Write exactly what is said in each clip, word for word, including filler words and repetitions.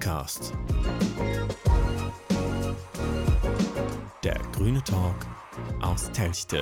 Pöxcast. Der grüne Talk aus Telchte.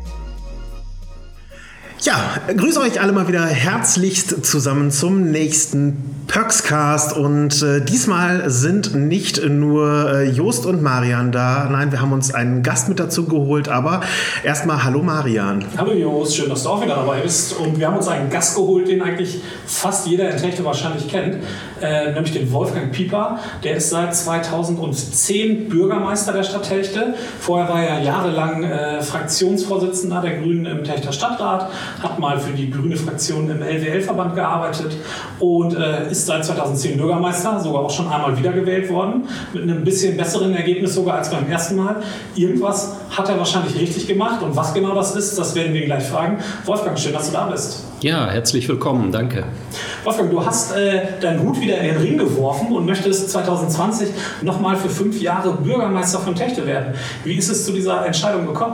Ja, grüße euch alle mal wieder herzlichst zusammen zum nächsten Pöxcast und äh, diesmal sind nicht nur äh, Jost und Marian da, nein, wir haben uns einen Gast mit dazu geholt, aber erstmal hallo Marian. Hallo Jost, schön, dass du auch wieder dabei bist und wir haben uns einen Gast geholt, den eigentlich fast jeder in Telchte wahrscheinlich kennt, äh, nämlich den Wolfgang Pieper, der ist seit zweitausendzehn Bürgermeister der Stadt Telchte, vorher war er jahrelang äh, Fraktionsvorsitzender der Grünen im Telchter Stadtrat, hat mal für die grüne Fraktion im L W L-Verband gearbeitet und äh, ist seit zweitausendzehn Bürgermeister, sogar auch schon einmal wiedergewählt worden, mit einem bisschen besseren Ergebnis sogar als beim ersten Mal. Irgendwas hat er wahrscheinlich richtig gemacht und was genau das ist, das werden wir ihn gleich fragen. Wolfgang, schön, dass du da bist. Ja, herzlich willkommen, danke. Wolfgang, du hast äh, deinen Hut wieder in den Ring geworfen und möchtest zweitausendzwanzig nochmal für fünf Jahre Bürgermeister von Telchte werden. Wie ist es zu dieser Entscheidung gekommen?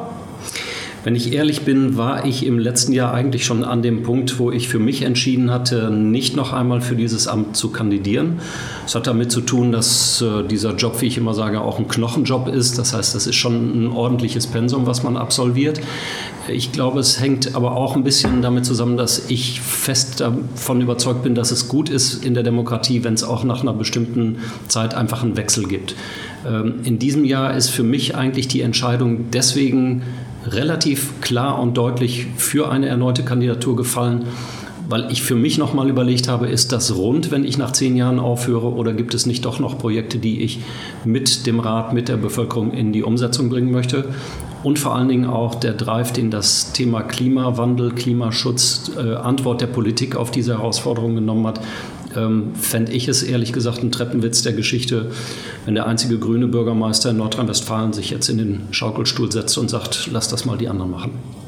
Wenn ich ehrlich bin, war ich im letzten Jahr eigentlich schon an dem Punkt, wo ich für mich entschieden hatte, nicht noch einmal für dieses Amt zu kandidieren. Es hat damit zu tun, dass äh, dieser Job, wie ich immer sage, auch ein Knochenjob ist. Das heißt, das ist schon ein ordentliches Pensum, was man absolviert. Ich glaube, es hängt aber auch ein bisschen damit zusammen, dass ich fest davon überzeugt bin, dass es gut ist in der Demokratie, wenn es auch nach einer bestimmten Zeit einfach einen Wechsel gibt. Ähm, in diesem Jahr ist für mich eigentlich die Entscheidung deswegen relativ klar und deutlich für eine erneute Kandidatur gefallen, weil ich für mich nochmal überlegt habe, ist das rund, wenn ich nach zehn Jahren aufhöre, oder gibt es nicht doch noch Projekte, die ich mit dem Rat, mit der Bevölkerung in die Umsetzung bringen möchte? Und vor allen Dingen auch der Drive, den das Thema Klimawandel, Klimaschutz, äh, Antwort der Politik auf diese Herausforderungen genommen hat, ähm, fände ich es ehrlich gesagt ein Treppenwitz der Geschichte, wenn der einzige grüne Bürgermeister in Nordrhein-Westfalen sich jetzt in den Schaukelstuhl setzt und sagt, lass das mal die anderen machen.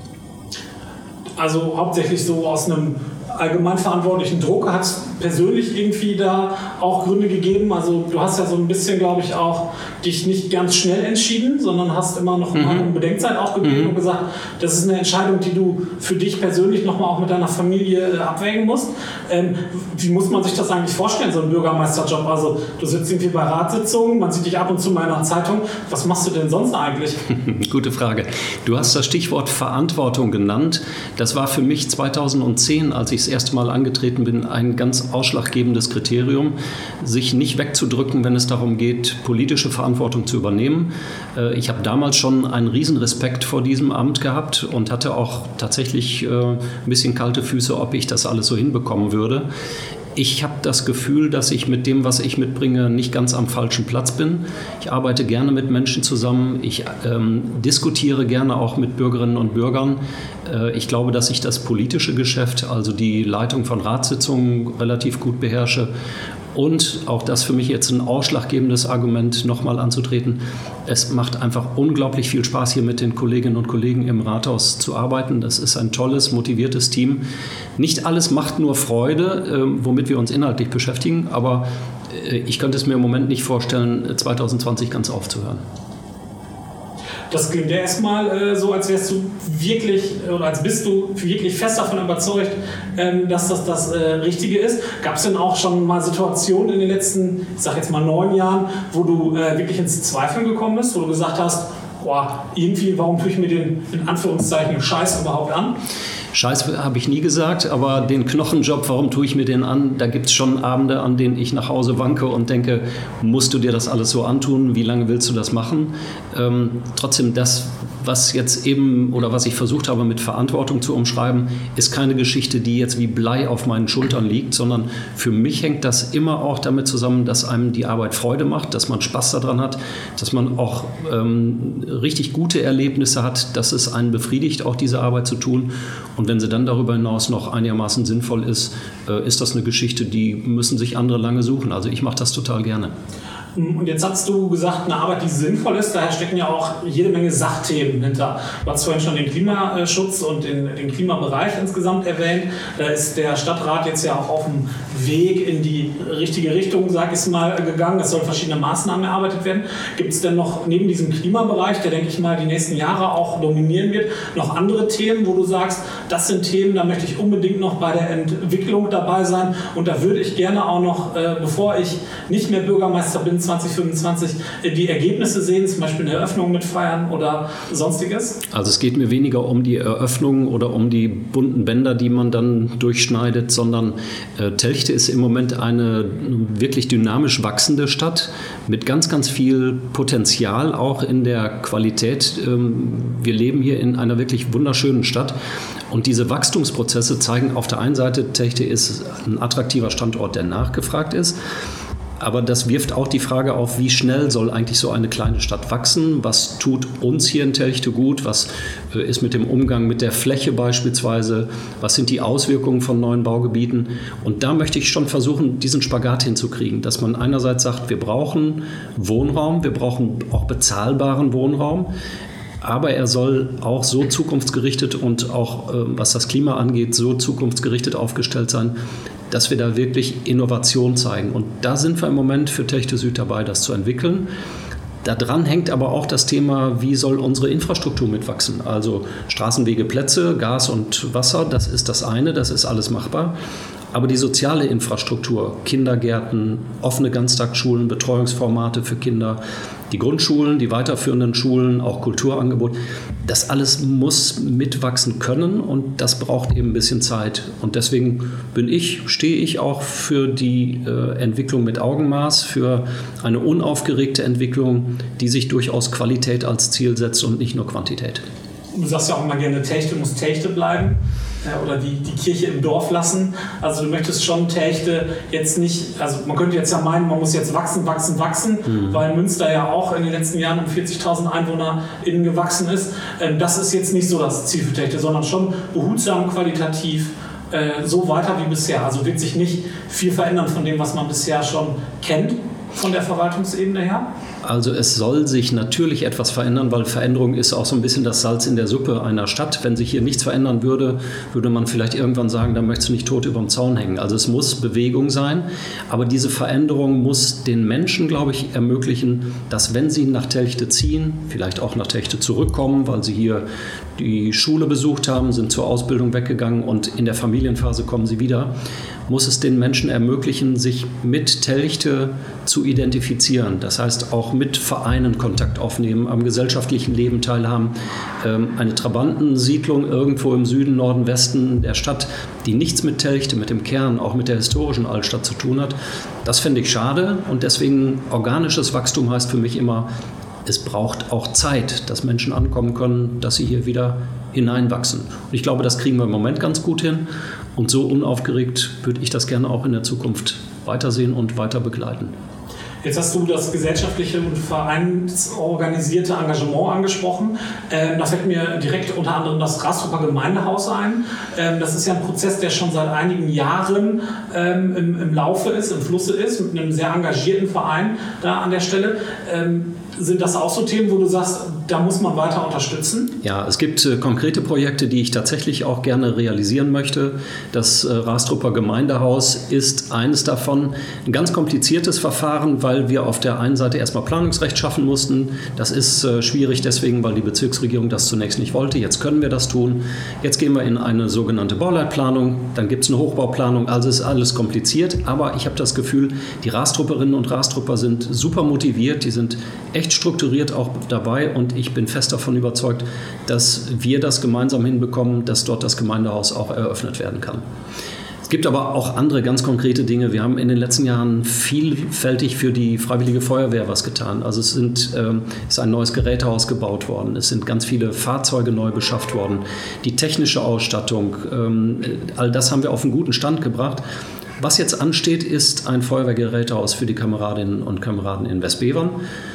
Also hauptsächlich so aus einem allgemein verantwortlichen Druck. Hat es persönlich irgendwie da auch Gründe gegeben? Also du hast ja so ein bisschen, glaube ich, auch dich nicht ganz schnell entschieden, sondern hast immer noch mhm. mal eine Bedenkzeit auch gegeben mhm. und gesagt, das ist eine Entscheidung, die du für dich persönlich nochmal auch mit deiner Familie äh, abwägen musst. Ähm, wie muss man sich das eigentlich vorstellen, so ein Bürgermeisterjob? Also du sitzt irgendwie bei Ratssitzungen, man sieht dich ab und zu mal in einer Zeitung. Was machst du denn sonst eigentlich? Gute Frage. Du hast das Stichwort Verantwortung genannt. Das war für mich zweitausendzehn, als ich das erste Mal angetreten bin, ein ganz ausschlaggebendes Kriterium, sich nicht wegzudrücken, wenn es darum geht, politische Verantwortung zu übernehmen. Ich habe damals schon einen riesen Respekt vor diesem Amt gehabt und hatte auch tatsächlich ein bisschen kalte Füße, ob ich das alles so hinbekommen würde. Ich habe das Gefühl, dass ich mit dem, was ich mitbringe, nicht ganz am falschen Platz bin. Ich arbeite gerne mit Menschen zusammen. Ich ähm, diskutiere gerne auch mit Bürgerinnen und Bürgern. Äh, ich glaube, dass ich das politische Geschäft, also die Leitung von Ratssitzungen, relativ gut beherrsche. Und auch das für mich jetzt ein ausschlaggebendes Argument, nochmal anzutreten. Es macht einfach unglaublich viel Spaß, hier mit den Kolleginnen und Kollegen im Rathaus zu arbeiten. Das ist ein tolles, motiviertes Team. Nicht alles macht nur Freude, womit wir uns inhaltlich beschäftigen. Aber ich könnte es mir im Moment nicht vorstellen, zwanzig zwanzig ganz aufzuhören. Das klingt ja erstmal äh, so, als wärst du wirklich oder als bist du wirklich fest davon überzeugt, ähm, dass das das äh, Richtige ist. Gab es denn auch schon mal Situationen in den letzten, ich sag jetzt mal neun Jahren, wo du äh, wirklich ins Zweifeln gekommen bist, wo du gesagt hast, boah, irgendwie, warum tue ich mir den in Anführungszeichen Scheiß überhaupt an? Scheiß habe ich nie gesagt, aber den Knochenjob, warum tue ich mir den an? Da gibt es schon Abende, an denen ich nach Hause wanke und denke, musst du dir das alles so antun? Wie lange willst du das machen? Ähm, trotzdem, das, was jetzt eben oder was ich versucht habe mit Verantwortung zu umschreiben, ist keine Geschichte, die jetzt wie Blei auf meinen Schultern liegt, sondern für mich hängt das immer auch damit zusammen, dass einem die Arbeit Freude macht, dass man Spaß daran hat, dass man auch ähm, richtig gute Erlebnisse hat, dass es einen befriedigt, auch diese Arbeit zu tun. Und wenn sie dann darüber hinaus noch einigermaßen sinnvoll ist, äh, ist das eine Geschichte, die müssen sich andere lange suchen. Also ich mache das total gerne. Und jetzt hast du gesagt, eine Arbeit, die sinnvoll ist, daher stecken ja auch jede Menge Sachthemen hinter. Du hast vorhin schon den Klimaschutz und den, den Klimabereich insgesamt erwähnt. Da ist der Stadtrat jetzt ja auch auf dem Weg in die richtige Richtung, sag ich mal, gegangen. Es sollen verschiedene Maßnahmen erarbeitet werden. Gibt es denn noch neben diesem Klimabereich, der, denke ich mal, die nächsten Jahre auch dominieren wird, noch andere Themen, wo du sagst, das sind Themen, da möchte ich unbedingt noch bei der Entwicklung dabei sein und da würde ich gerne auch noch, äh, bevor ich nicht mehr Bürgermeister bin, zwanzig fünfundzwanzig, äh, die Ergebnisse sehen, zum Beispiel eine Eröffnung mitfeiern oder sonstiges? Also es geht mir weniger um die Eröffnung oder um die bunten Bänder, die man dann durchschneidet, sondern äh, Telchte ist im Moment eine wirklich dynamisch wachsende Stadt mit ganz, ganz viel Potenzial auch in der Qualität. Ähm, wir leben hier in einer wirklich wunderschönen Stadt. Und diese Wachstumsprozesse zeigen auf der einen Seite, Telchte ist ein attraktiver Standort, der nachgefragt ist. Aber das wirft auch die Frage auf, wie schnell soll eigentlich so eine kleine Stadt wachsen? Was tut uns hier in Telchte gut? Was ist mit dem Umgang mit der Fläche beispielsweise? Was sind die Auswirkungen von neuen Baugebieten? Und da möchte ich schon versuchen, diesen Spagat hinzukriegen, dass man einerseits sagt, wir brauchen Wohnraum, wir brauchen auch bezahlbaren Wohnraum. Aber er soll auch so zukunftsgerichtet und auch, äh, was das Klima angeht, so zukunftsgerichtet aufgestellt sein, dass wir da wirklich Innovation zeigen. Und da sind wir im Moment für Telchte Süd dabei, das zu entwickeln. Daran hängt aber auch das Thema, wie soll unsere Infrastruktur mitwachsen? Also Straßenwege, Plätze, Gas und Wasser, das ist das eine, das ist alles machbar. Aber die soziale Infrastruktur, Kindergärten, offene Ganztagsschulen, Betreuungsformate für Kinder, die Grundschulen, die weiterführenden Schulen, auch Kulturangebot, das alles muss mitwachsen können und das braucht eben ein bisschen Zeit. Und deswegen bin ich, stehe ich auch für die äh, Entwicklung mit Augenmaß, für eine unaufgeregte Entwicklung, die sich durchaus Qualität als Ziel setzt und nicht nur Quantität. Du sagst ja auch immer gerne, Telchte muss Telchte bleiben. Oder die, die Kirche im Dorf lassen. Also du möchtest schon Telchte jetzt nicht, also man könnte jetzt ja meinen, man muss jetzt wachsen, wachsen, wachsen, mhm. weil Münster ja auch in den letzten Jahren um vierzigtausend EinwohnerInnen gewachsen ist. Das ist jetzt nicht so das Ziel für Telchte, sondern schon behutsam, qualitativ, so weiter wie bisher. Also wird sich nicht viel verändern von dem, was man bisher schon kennt von der Verwaltungsebene her? Also es soll sich natürlich etwas verändern, weil Veränderung ist auch so ein bisschen das Salz in der Suppe einer Stadt. Wenn sich hier nichts verändern würde, würde man vielleicht irgendwann sagen, da möchtest du nicht tot über dem Zaun hängen. Also es muss Bewegung sein, aber diese Veränderung muss den Menschen, glaube ich, ermöglichen, dass wenn sie nach Telchte ziehen, vielleicht auch nach Telchte zurückkommen, weil sie hier die Schule besucht haben, sind zur Ausbildung weggegangen und in der Familienphase kommen sie wieder, muss es den Menschen ermöglichen, sich mit Telchte zu identifizieren. Das heißt, auch mit Vereinen Kontakt aufnehmen, am gesellschaftlichen Leben teilhaben. Ähm, eine Trabantensiedlung irgendwo im Süden, Norden, Westen der Stadt, die nichts mit Telchte, mit dem Kern, auch mit der historischen Altstadt zu tun hat, das finde ich schade. Und deswegen organisches Wachstum heißt für mich immer, es braucht auch Zeit, dass Menschen ankommen können, dass sie hier wieder hineinwachsen. Und ich glaube, das kriegen wir im Moment ganz gut hin. Und so unaufgeregt würde ich das gerne auch in der Zukunft weitersehen und weiter begleiten. Jetzt hast du das gesellschaftliche und vereinsorganisierte Engagement angesprochen. Ähm, da fällt mir direkt unter anderem das Rastrupper Gemeindehaus ein. Ähm, das ist ja ein Prozess, der schon seit einigen Jahren ähm, im, im Laufe ist, im Flusse ist, mit einem sehr engagierten Verein da an der Stelle. Ähm, Sind das auch so Themen, wo du sagst, da muss man weiter unterstützen? Ja, es gibt äh, konkrete Projekte, die ich tatsächlich auch gerne realisieren möchte. Das äh, Rastrupper Gemeindehaus ist eines davon. Ein ganz kompliziertes Verfahren, weil wir auf der einen Seite erstmal Planungsrecht schaffen mussten. Das ist äh, schwierig deswegen, weil die Bezirksregierung das zunächst nicht wollte. Jetzt können wir das tun. Jetzt gehen wir in eine sogenannte Bauleitplanung. Dann gibt es eine Hochbauplanung. Also ist alles kompliziert. Aber ich habe das Gefühl, die Rastrupperinnen und Rastrupper sind super motiviert. Die sind echt strukturiert auch dabei und ich bin fest davon überzeugt, dass wir das gemeinsam hinbekommen, dass dort das Gemeindehaus auch eröffnet werden kann. Es gibt aber auch andere ganz konkrete Dinge. Wir haben in den letzten Jahren vielfältig für die Freiwillige Feuerwehr was getan. Also es sind, ähm, ist ein neues Gerätehaus gebaut worden. Es sind ganz viele Fahrzeuge neu beschafft worden. Die technische Ausstattung, ähm, all das haben wir auf einen guten Stand gebracht. Was jetzt ansteht, ist ein Feuerwehrgerätehaus für die Kameradinnen und Kameraden in Westbevern.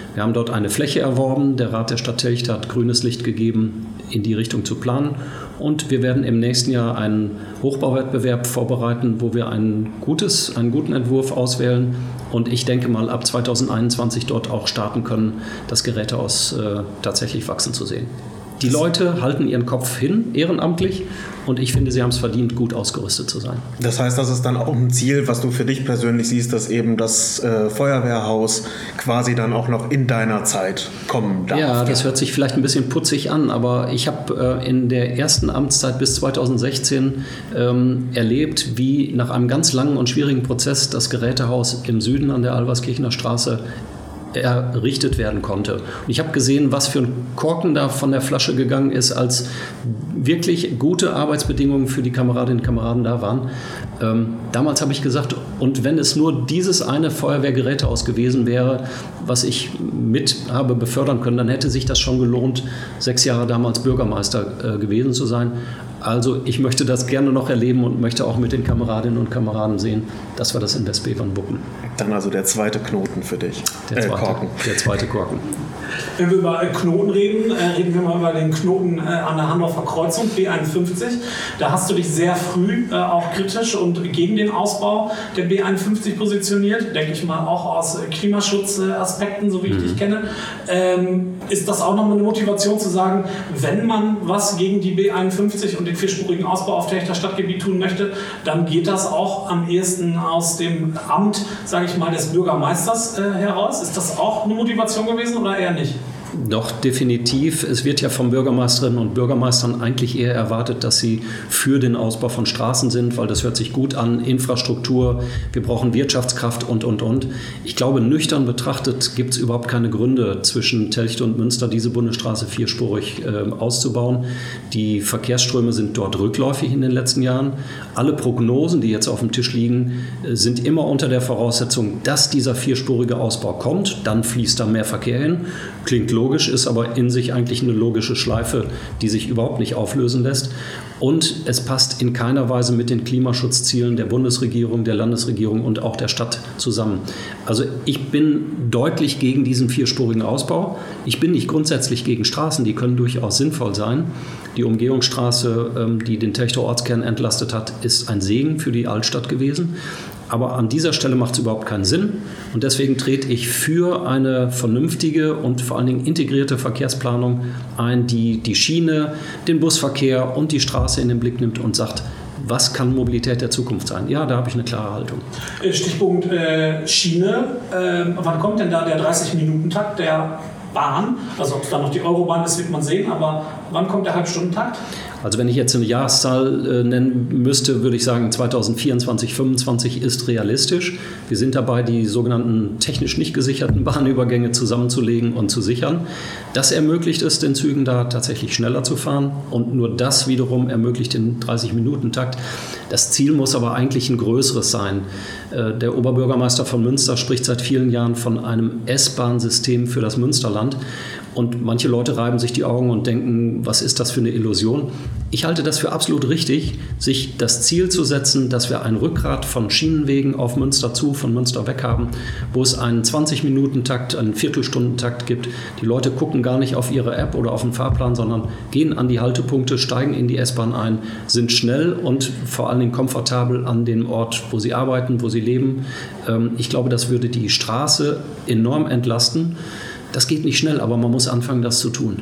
Wir haben dort eine Fläche erworben. Der Rat der Stadt Telchte hat grünes Licht gegeben, in die Richtung zu planen. Und wir werden im nächsten Jahr einen Hochbauwettbewerb vorbereiten, wo wir ein gutes, einen guten Entwurf auswählen und ich denke mal ab zweitausendeinundzwanzig dort auch starten können, das Gerätehaus äh, tatsächlich wachsen zu sehen. Die Leute halten ihren Kopf hin, ehrenamtlich, und ich finde, sie haben es verdient, gut ausgerüstet zu sein. Das heißt, das ist dann auch ein Ziel, was du für dich persönlich siehst, dass eben das äh, Feuerwehrhaus quasi dann auch noch in deiner Zeit kommen darf. Ja, das hört sich vielleicht ein bisschen putzig an, aber ich habe äh, in der ersten Amtszeit bis zweitausendsechzehn ähm, erlebt, wie nach einem ganz langen und schwierigen Prozess das Gerätehaus im Süden an der Alverskirchener Straße errichtet werden konnte. Und ich habe gesehen, was für ein Korken da von der Flasche gegangen ist, als wirklich gute Arbeitsbedingungen für die Kameradinnen und Kameraden da waren. Ähm, damals habe ich gesagt, und wenn es nur dieses eine Feuerwehrgerätehaus gewesen wäre, was ich mit habe befördern können, dann hätte sich das schon gelohnt, sechs Jahre damals Bürgermeister äh, gewesen zu sein. Also ich möchte das gerne noch erleben und möchte auch mit den Kameradinnen und Kameraden sehen, dass wir das in Westbevern wuppen. Dann also der zweite Knoten für dich. Der zweite, äh, Korken. Der zweite Korken. Wenn wir über Knoten reden, äh, reden wir mal über den Knoten äh, an der Handorfer Kreuzung, B einundfünfzig. Da hast du dich sehr früh äh, auch kritisch und gegen den Ausbau der B einundfünfzig positioniert, denke ich mal auch aus äh, Klimaschutzaspekten, so wie ich mhm. dich kenne. Ähm, ist das auch nochmal eine Motivation zu sagen, wenn man was gegen die B einundfünfzig und den vierspurigen Ausbau auf Telchter Stadtgebiet tun möchte, dann geht das auch am ehesten aus dem Amt, sage ich mal, des Bürgermeisters äh, heraus. Ist das auch eine Motivation gewesen oder eher nicht? Doch, definitiv. Es wird ja von Bürgermeisterinnen und Bürgermeistern eigentlich eher erwartet, dass sie für den Ausbau von Straßen sind, weil das hört sich gut an, Infrastruktur, wir brauchen Wirtschaftskraft und, und, und. Ich glaube, nüchtern betrachtet gibt es überhaupt keine Gründe, zwischen Telchte und Münster diese Bundesstraße vierspurig äh, auszubauen. Die Verkehrsströme sind dort rückläufig in den letzten Jahren. Alle Prognosen, die jetzt auf dem Tisch liegen, äh, sind immer unter der Voraussetzung, dass dieser vierspurige Ausbau kommt. Dann fließt da mehr Verkehr hin. Klingt logisch, ist aber in sich eigentlich eine logische Schleife, die sich überhaupt nicht auflösen lässt. Und es passt in keiner Weise mit den Klimaschutzzielen der Bundesregierung, der Landesregierung und auch der Stadt zusammen. Also ich bin deutlich gegen diesen vierspurigen Ausbau. Ich bin nicht grundsätzlich gegen Straßen, die können durchaus sinnvoll sein. Die Umgehungsstraße, die den Telchter Ortskern entlastet hat, ist ein Segen für die Altstadt gewesen. Aber an dieser Stelle macht es überhaupt keinen Sinn. Und deswegen trete ich für eine vernünftige und vor allen Dingen integrierte Verkehrsplanung ein, die die Schiene, den Busverkehr und die Straße in den Blick nimmt und sagt, was kann Mobilität der Zukunft sein? Ja, da habe ich eine klare Haltung. Stichpunkt äh, Schiene. Äh, wann kommt denn da der dreißig-Minuten-Takt der Bahn? Also ob es dann noch die Eurobahn ist, wird man sehen. Aber wann kommt der Halbstundentakt? Also wenn ich jetzt eine Jahreszahl äh, nennen müsste, würde ich sagen, zweitausendvierundzwanzig, fünfundzwanzig ist realistisch. Wir sind dabei, die sogenannten technisch nicht gesicherten Bahnübergänge zusammenzulegen und zu sichern. Das ermöglicht es den Zügen da tatsächlich schneller zu fahren und nur das wiederum ermöglicht den dreißig-Minuten-Takt. Das Ziel muss aber eigentlich ein größeres sein. Äh, der Oberbürgermeister von Münster spricht seit vielen Jahren von einem S-Bahn-System für das Münsterland. Und manche Leute reiben sich die Augen und denken, was ist das für eine Illusion? Ich halte das für absolut richtig, sich das Ziel zu setzen, dass wir ein Rückgrat von Schienenwegen auf Münster zu, von Münster weg haben, wo es einen zwanzig-Minuten-Takt, einen Viertelstundentakt gibt. Die Leute gucken gar nicht auf ihre App oder auf den Fahrplan, sondern gehen an die Haltepunkte, steigen in die S-Bahn ein, sind schnell und vor allen Dingen komfortabel an dem Ort, wo sie arbeiten, wo sie leben. Ich glaube, das würde die Straße enorm entlasten. Das geht nicht schnell, aber man muss anfangen, das zu tun.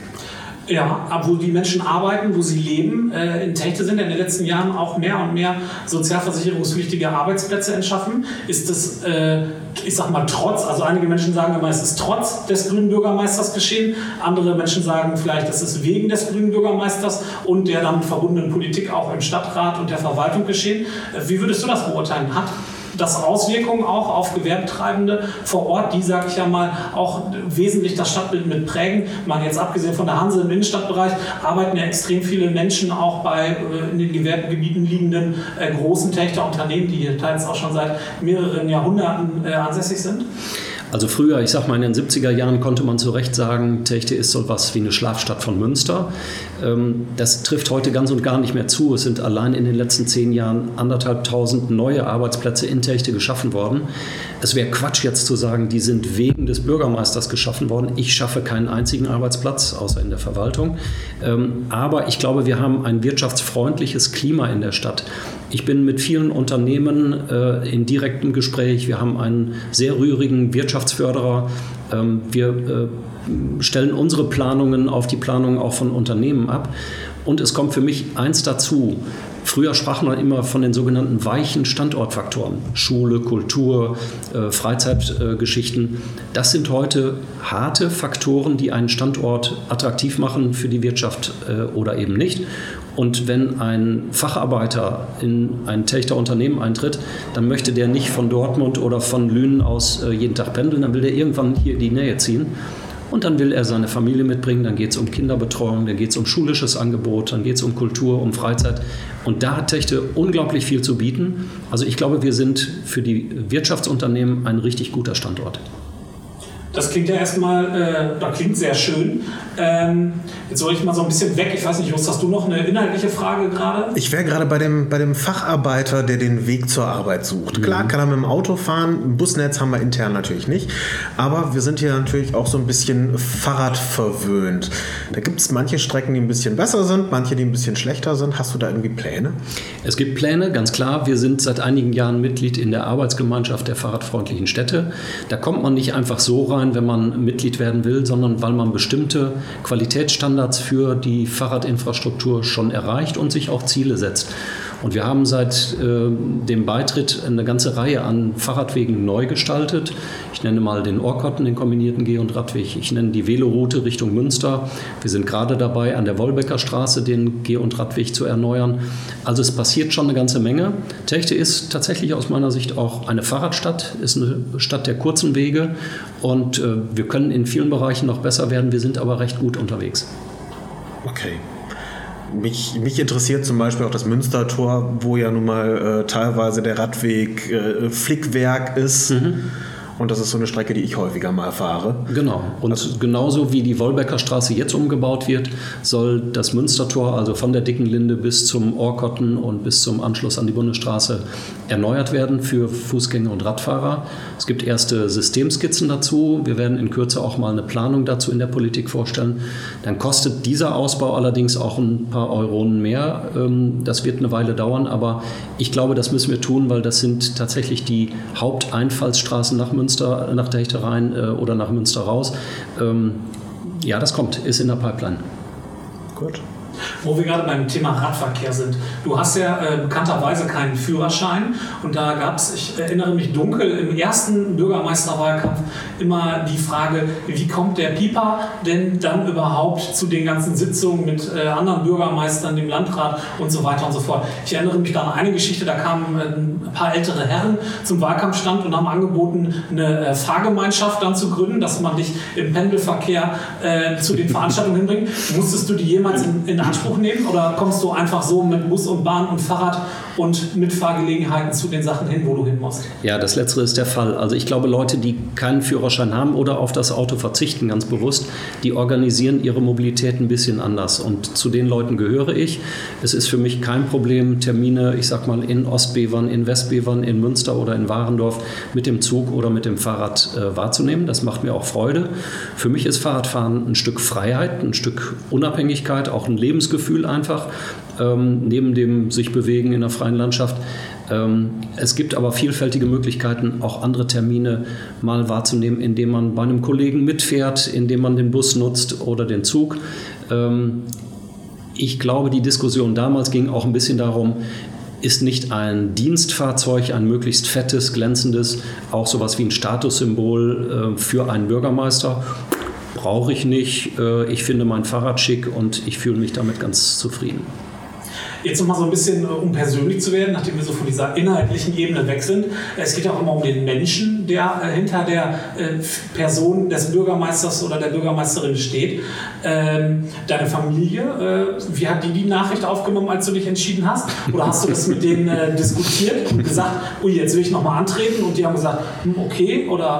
Ja, aber wo die Menschen arbeiten, wo sie leben, äh, in Telchte sind in den letzten Jahren auch mehr und mehr sozialversicherungspflichtige Arbeitsplätze entschaffen. Ist das, äh, ich sag mal, trotz, also einige Menschen sagen immer, es ist trotz des grünen Bürgermeisters geschehen. Andere Menschen sagen vielleicht, es ist wegen des grünen Bürgermeisters und der damit verbundenen Politik auch im Stadtrat und der Verwaltung geschehen. Äh, wie würdest du das beurteilen? Hat das Auswirkungen auch auf Gewerbetreibende vor Ort, die, sage ich ja mal, auch wesentlich das Stadtbild mit prägen. Mal jetzt abgesehen von der Hanse im Innenstadtbereich arbeiten ja extrem viele Menschen auch bei in den Gewerbegebieten liegenden äh, großen Telchter Unternehmen, die hier teils auch schon seit mehreren Jahrhunderten äh, ansässig sind. Also früher, ich sag mal in den siebziger Jahren, konnte man zu Recht sagen, Techte ist so was wie eine Schlafstadt von Münster. Das trifft heute ganz und gar nicht mehr zu. Es sind allein in den letzten zehn Jahren anderthalbtausend neue Arbeitsplätze in Techte geschaffen worden. Es wäre Quatsch jetzt zu sagen, die sind wegen des Bürgermeisters geschaffen worden. Ich schaffe keinen einzigen Arbeitsplatz, außer in der Verwaltung. Aber ich glaube, wir haben ein wirtschaftsfreundliches Klima in der Stadt. Ich bin mit vielen Unternehmen äh, in direktem Gespräch. Wir haben einen sehr rührigen Wirtschaftsförderer. Ähm, wir äh, stellen unsere Planungen auf die Planungen auch von Unternehmen ab. Und es kommt für mich eins dazu. Früher sprach man immer von den sogenannten weichen Standortfaktoren. Schule, Kultur, äh, Freizeitgeschichten. Äh, das sind heute harte Faktoren, die einen Standort attraktiv machen für die Wirtschaft äh, oder eben nicht. Und wenn ein Facharbeiter in ein Techter Unternehmen eintritt, dann möchte der nicht von Dortmund oder von Lünen aus äh, jeden Tag pendeln, dann will der irgendwann hier in die Nähe ziehen. Und dann will er seine Familie mitbringen, dann geht es um Kinderbetreuung, dann geht es um schulisches Angebot, dann geht es um Kultur, um Freizeit. Und da hat Techte unglaublich viel zu bieten. Also ich glaube, wir sind für die Wirtschaftsunternehmen ein richtig guter Standort. Das klingt ja erstmal, äh, das klingt sehr schön. Ähm, jetzt soll ich mal so ein bisschen weg. Ich weiß nicht, Just, hast du noch eine inhaltliche Frage gerade? Ich wäre gerade bei dem, bei dem Facharbeiter, der den Weg zur Arbeit sucht. Mhm. Klar kann er mit dem Auto fahren, Busnetz haben wir intern natürlich nicht, aber wir sind hier natürlich auch so ein bisschen Fahrrad verwöhnt. Da gibt es manche Strecken, die ein bisschen besser sind, manche, die ein bisschen schlechter sind. Hast du da irgendwie Pläne? Es gibt Pläne, ganz klar. Wir sind seit einigen Jahren Mitglied in der Arbeitsgemeinschaft der fahrradfreundlichen Städte. Da kommt man nicht einfach so rein, wenn man Mitglied werden will, sondern weil man bestimmte Qualitätsstandards für die Fahrradinfrastruktur schon erreicht und sich auch Ziele setzt. Und wir haben seit äh, dem Beitritt eine ganze Reihe an Fahrradwegen neu gestaltet. Ich nenne mal den Orkotten, den kombinierten Geh- und Radweg. Ich nenne die Veloroute Richtung Münster. Wir sind gerade dabei, an der Wolbecker Straße den Geh- und Radweg zu erneuern. Also es passiert schon eine ganze Menge. Techte ist tatsächlich aus meiner Sicht auch eine Fahrradstadt, ist eine Stadt der kurzen Wege. Und äh, wir können in vielen Bereichen noch besser werden. Wir sind aber recht gut unterwegs. Okay. Mich, mich interessiert zum Beispiel auch das Münstertor, wo ja nun mal äh, teilweise der Radweg äh, Flickwerk ist. Mhm. Und das ist so eine Strecke, die ich häufiger mal fahre. Genau. Und also, genauso wie die Wolbecker Straße jetzt umgebaut wird, soll das Münstertor, also von der Dicken Linde bis zum Orkotten und bis zum Anschluss an die Bundesstraße, erneuert werden für Fußgänger und Radfahrer. Es gibt erste Systemskizzen dazu. Wir werden in Kürze auch mal eine Planung dazu in der Politik vorstellen. Dann kostet dieser Ausbau allerdings auch ein paar Euronen mehr. Das wird eine Weile dauern, aber ich glaube, das müssen wir tun, weil das sind tatsächlich die Haupteinfallsstraßen nach Münster. Münster, nach Techte rein äh, oder nach Münster raus. Ähm, ja, das kommt, ist in der Pipeline. Gut. Wo wir gerade beim Thema Radverkehr sind. Du hast ja äh, bekannterweise keinen Führerschein und da gab es, ich erinnere mich dunkel, im ersten Bürgermeisterwahlkampf immer die Frage, wie kommt der Pieper denn dann überhaupt zu den ganzen Sitzungen mit äh, anderen Bürgermeistern, dem Landrat und so weiter und so fort. Ich erinnere mich da an eine Geschichte, da kamen äh, ein paar ältere Herren zum Wahlkampfstand und haben angeboten, eine äh, Fahrgemeinschaft dann zu gründen, dass man dich im Pendelverkehr äh, zu den Veranstaltungen hinbringt. Musstest du die jemals in, in Anspruch nehmen oder kommst du einfach so mit Bus und Bahn und Fahrrad und Mitfahrgelegenheiten zu den Sachen hin, wo du hin musst? Ja, das Letztere ist der Fall. Also ich glaube, Leute, die keinen Führerschein haben oder auf das Auto verzichten, ganz bewusst, die organisieren ihre Mobilität ein bisschen anders. Und zu den Leuten gehöre ich. Es ist für mich kein Problem, Termine, ich sag mal, in Ostbevern, in Westbevern, in Münster oder in Warendorf mit dem Zug oder mit dem Fahrrad äh, wahrzunehmen. Das macht mir auch Freude. Für mich ist Fahrradfahren ein Stück Freiheit, ein Stück Unabhängigkeit, auch ein Lebensgefühl einfach, ähm, neben dem sich bewegen in der freien Landschaft. Ähm, es gibt aber vielfältige Möglichkeiten, auch andere Termine mal wahrzunehmen, indem man bei einem Kollegen mitfährt, indem man den Bus nutzt oder den Zug. Ähm, ich glaube, die Diskussion damals ging auch ein bisschen darum, ist nicht ein Dienstfahrzeug, ein möglichst fettes, glänzendes, auch sowas wie ein Statussymbol äh, für einen Bürgermeister? Brauche ich nicht. Äh, ich finde mein Fahrrad schick und ich fühle mich damit ganz zufrieden. Jetzt noch mal so ein bisschen, um persönlich zu werden, nachdem wir so von dieser inhaltlichen Ebene weg sind. Es geht auch immer um den Menschen, der äh, hinter der äh, Person des Bürgermeisters oder der Bürgermeisterin steht. Ähm, deine Familie, äh, wie hat die die Nachricht aufgenommen, als du dich entschieden hast? Oder hast du das mit denen äh, diskutiert und gesagt, ui, jetzt will ich noch mal antreten? Und die haben gesagt, hm, okay, oder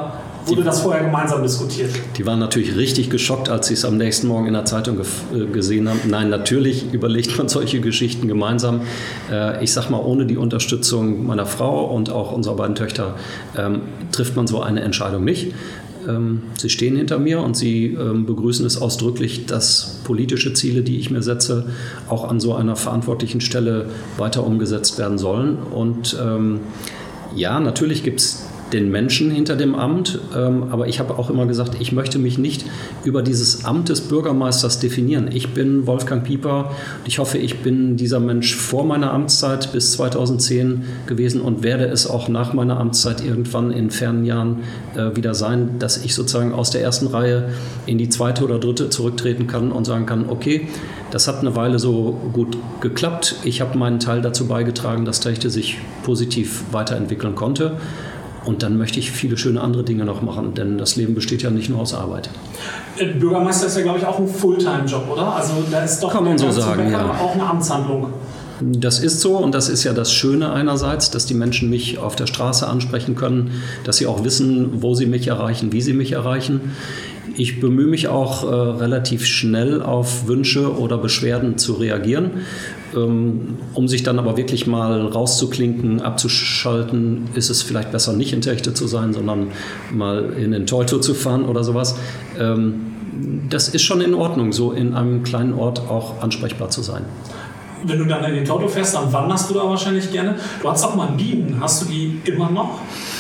Wurde das vorher gemeinsam diskutiert? Die waren natürlich richtig geschockt, als sie es am nächsten Morgen in der Zeitung ge- gesehen haben. Nein, natürlich überlegt man solche Geschichten gemeinsam. Äh, ich sag mal, ohne die Unterstützung meiner Frau und auch unserer beiden Töchter ähm, trifft man so eine Entscheidung nicht. Ähm, sie stehen hinter mir und sie ähm, begrüßen es ausdrücklich, dass politische Ziele, die ich mir setze, auch an so einer verantwortlichen Stelle weiter umgesetzt werden sollen. Und ähm, ja, natürlich gibt es den Menschen hinter dem Amt, ähm, aber ich habe auch immer gesagt, ich möchte mich nicht über dieses Amt des Bürgermeisters definieren. Ich bin Wolfgang Pieper und ich hoffe, ich bin dieser Mensch vor meiner Amtszeit bis zweitausendzehn gewesen und werde es auch nach meiner Amtszeit irgendwann in fernen Jahren äh, wieder sein, dass ich sozusagen aus der ersten Reihe in die zweite oder dritte zurücktreten kann und sagen kann, okay, das hat eine Weile so gut geklappt. Ich habe meinen Teil dazu beigetragen, dass Telchte sich positiv weiterentwickeln konnte. Und dann möchte ich viele schöne andere Dinge noch machen, denn das Leben besteht ja nicht nur aus Arbeit. Bürgermeister ist ja, glaube ich, auch ein Fulltime-Job, oder? Also da ist doch Kann man so sagen, ja. auch eine Amtshandlung. Das ist so und das ist ja das Schöne einerseits, dass die Menschen mich auf der Straße ansprechen können, dass sie auch wissen, wo sie mich erreichen, wie sie mich erreichen. Ich bemühe mich auch äh, relativ schnell auf Wünsche oder Beschwerden zu reagieren, ähm, um sich dann aber wirklich mal rauszuklinken, abzuschalten, ist es vielleicht besser nicht in Telchte zu sein, sondern mal in den Teuto zu fahren oder sowas. Ähm, das ist schon in Ordnung, so in einem kleinen Ort auch ansprechbar zu sein. Wenn du dann in den Teuto fährst, dann wanderst du da wahrscheinlich gerne. Du hattest auch mal Bienen, hast du die immer noch?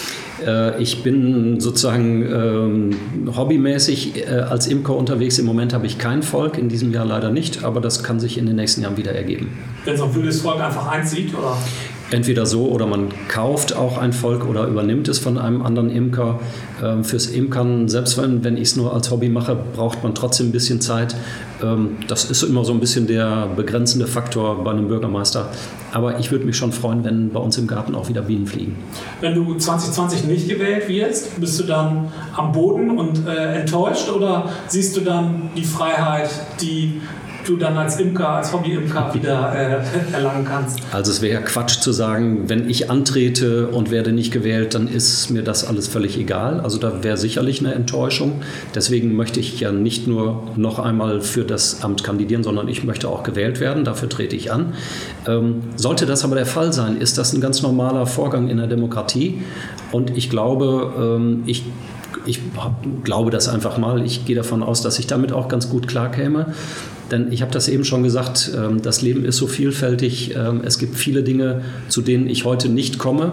Ich bin sozusagen ähm, hobbymäßig äh, als Imker unterwegs. Im Moment habe ich kein Volk, in diesem Jahr leider nicht, aber das kann sich in den nächsten Jahren wieder ergeben. Wenn so ein wildes Volk einfach einzieht, oder? Entweder so oder man kauft auch ein Volk oder übernimmt es von einem anderen Imker. Ähm, fürs Imkern, selbst wenn, wenn ich es nur als Hobby mache, braucht man trotzdem ein bisschen Zeit. Ähm, das ist immer so ein bisschen der begrenzende Faktor bei einem Bürgermeister. Aber ich würde mich schon freuen, wenn bei uns im Garten auch wieder Bienen fliegen. Wenn du zwanzig zwanzig nicht gewählt wirst, bist du dann am Boden und äh, enttäuscht oder siehst du dann die Freiheit, die du dann als Imker, als Hobby-Imker wieder äh, erlangen kannst? Also es wäre ja Quatsch zu sagen, wenn ich antrete und werde nicht gewählt, dann ist mir das alles völlig egal. Also da wäre sicherlich eine Enttäuschung. Deswegen möchte ich ja nicht nur noch einmal für das Amt kandidieren, sondern ich möchte auch gewählt werden. Dafür trete ich an. Ähm, sollte das aber der Fall sein, ist das ein ganz normaler Vorgang in der Demokratie. Und ich glaube, ähm, ich Ich glaube das einfach mal. Ich gehe davon aus, dass ich damit auch ganz gut klarkäme. Denn ich habe das eben schon gesagt, das Leben ist so vielfältig. Es gibt viele Dinge, zu denen ich heute nicht komme,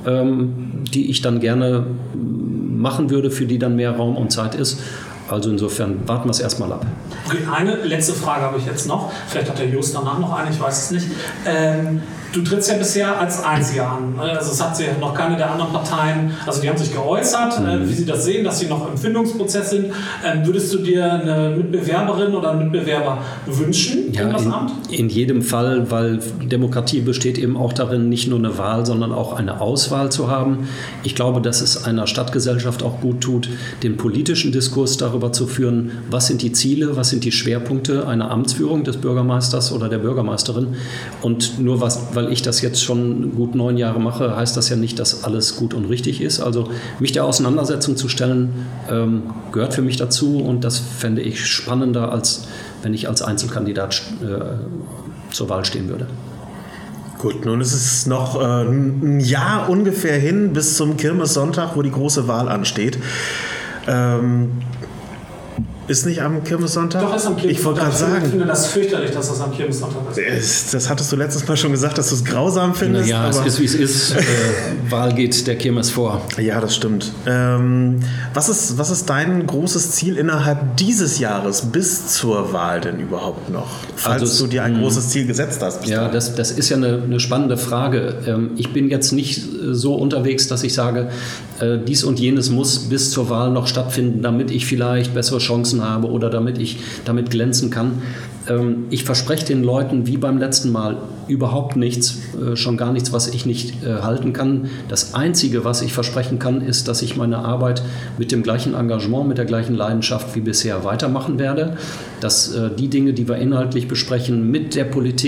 die ich dann gerne machen würde, für die dann mehr Raum und Zeit ist. Also insofern warten wir es erstmal ab. Okay, eine letzte Frage habe ich jetzt noch. Vielleicht hat der Just danach noch eine, ich weiß es nicht. Ähm, du trittst ja bisher als Einziger an. Also es hat sich noch keine der anderen Parteien, also die haben sich geäußert, mhm. äh, wie sie das sehen, dass sie noch im Findungsprozess sind. Ähm, würdest du dir eine Mitbewerberin oder einen Mitbewerber wünschen ja, in das in, Amt? In jedem Fall, weil Demokratie besteht eben auch darin, nicht nur eine Wahl, sondern auch eine Auswahl zu haben. Ich glaube, dass es einer Stadtgesellschaft auch gut tut, den politischen Diskurs darüber zu führen, was sind die Ziele, was sind die Schwerpunkte einer Amtsführung des Bürgermeisters oder der Bürgermeisterin. Und nur was, weil ich das jetzt schon gut neun Jahre mache, heißt das ja nicht, dass alles gut und richtig ist. Also mich der Auseinandersetzung zu stellen, ähm, gehört für mich dazu und das fände ich spannender, als wenn ich als Einzelkandidat äh, zur Wahl stehen würde. Gut, nun ist es noch äh, ein Jahr ungefähr hin bis zum Kirmessonntag, wo die große Wahl ansteht. Ähm, Ist nicht am Kirmessonntag? Doch, ist am Kirmessonntag. Ich wollte gerade sagen. Ich finde das fürchterlich, dass das am Kirmessonntag ist. Das hattest du letztes Mal schon gesagt, dass du es grausam findest. Ja, es ist wie es ist. äh, Wahl geht der Kirmes vor. Ja, das stimmt. Ähm, was ist, was ist dein großes Ziel innerhalb dieses Jahres bis zur Wahl denn überhaupt noch? Falls also, du dir ein mh. großes Ziel gesetzt hast. Ja, das, das ist ja eine, eine spannende Frage. Ähm, ich bin jetzt nicht so unterwegs, dass ich sage, äh, dies und jenes muss bis zur Wahl noch stattfinden, damit ich vielleicht bessere Chancen habe oder damit ich damit glänzen kann. Ich verspreche den Leuten wie beim letzten Mal überhaupt nichts, schon gar nichts, was ich nicht halten kann. Das Einzige, was ich versprechen kann, ist, dass ich meine Arbeit mit dem gleichen Engagement, mit der gleichen Leidenschaft wie bisher weitermachen werde, dass die Dinge, die wir inhaltlich besprechen, mit der Politik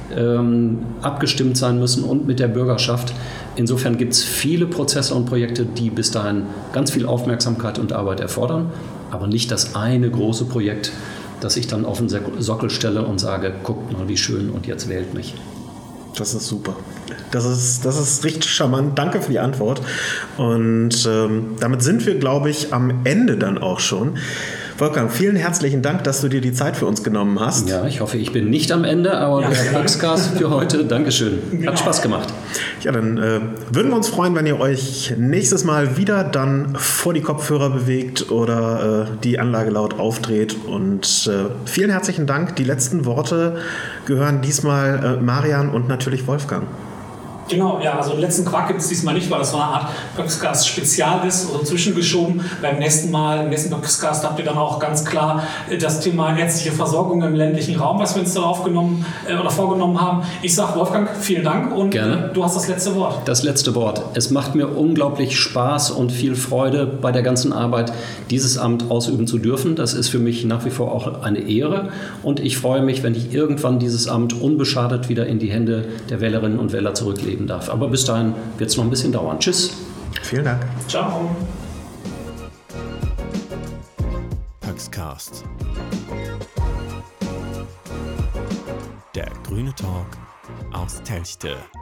ähm, abgestimmt sein müssen und mit der Bürgerschaft. Insofern gibt es viele Prozesse und Projekte, die bis dahin ganz viel Aufmerksamkeit und Arbeit erfordern, aber nicht das eine große Projekt, das ich dann auf den Sockel stelle und sage, guckt mal, wie schön und jetzt wählt mich. Das ist super. Das ist, das ist richtig charmant. Danke für die Antwort. Und ähm, damit sind wir, glaube ich, am Ende dann auch schon. Wolfgang, vielen herzlichen Dank, dass du dir die Zeit für uns genommen hast. Ja, ich hoffe, ich bin nicht am Ende, aber ja. Der Pöxcast für heute, Dankeschön. Genau. Hat Spaß gemacht. Ja, dann äh, würden wir uns freuen, wenn ihr euch nächstes Mal wieder dann vor die Kopfhörer bewegt oder äh, die Anlage laut aufdreht. Und äh, vielen herzlichen Dank. Die letzten Worte gehören diesmal äh, Marian und natürlich Wolfgang. Genau, ja, also den letzten Quark gibt es diesmal nicht, weil das so eine Art Pöxcast-Spezial ist, also zwischengeschoben. Beim nächsten Mal, im nächsten Pöxcast habt ihr dann auch ganz klar das Thema ärztliche Versorgung im ländlichen Raum, was wir uns da aufgenommen äh, oder vorgenommen haben. Ich sage Wolfgang, vielen Dank und äh, du hast das letzte Wort. Das letzte Wort. Es macht mir unglaublich Spaß und viel Freude bei der ganzen Arbeit, dieses Amt ausüben zu dürfen. Das ist für mich nach wie vor auch eine Ehre und ich freue mich, wenn ich irgendwann dieses Amt unbeschadet wieder in die Hände der Wählerinnen und Wähler zurücklege. Darf. Aber bis dahin wird es noch ein bisschen dauern. Tschüss. Vielen Dank. Ciao. Pöxcast. Der grüne Talk aus Telchte.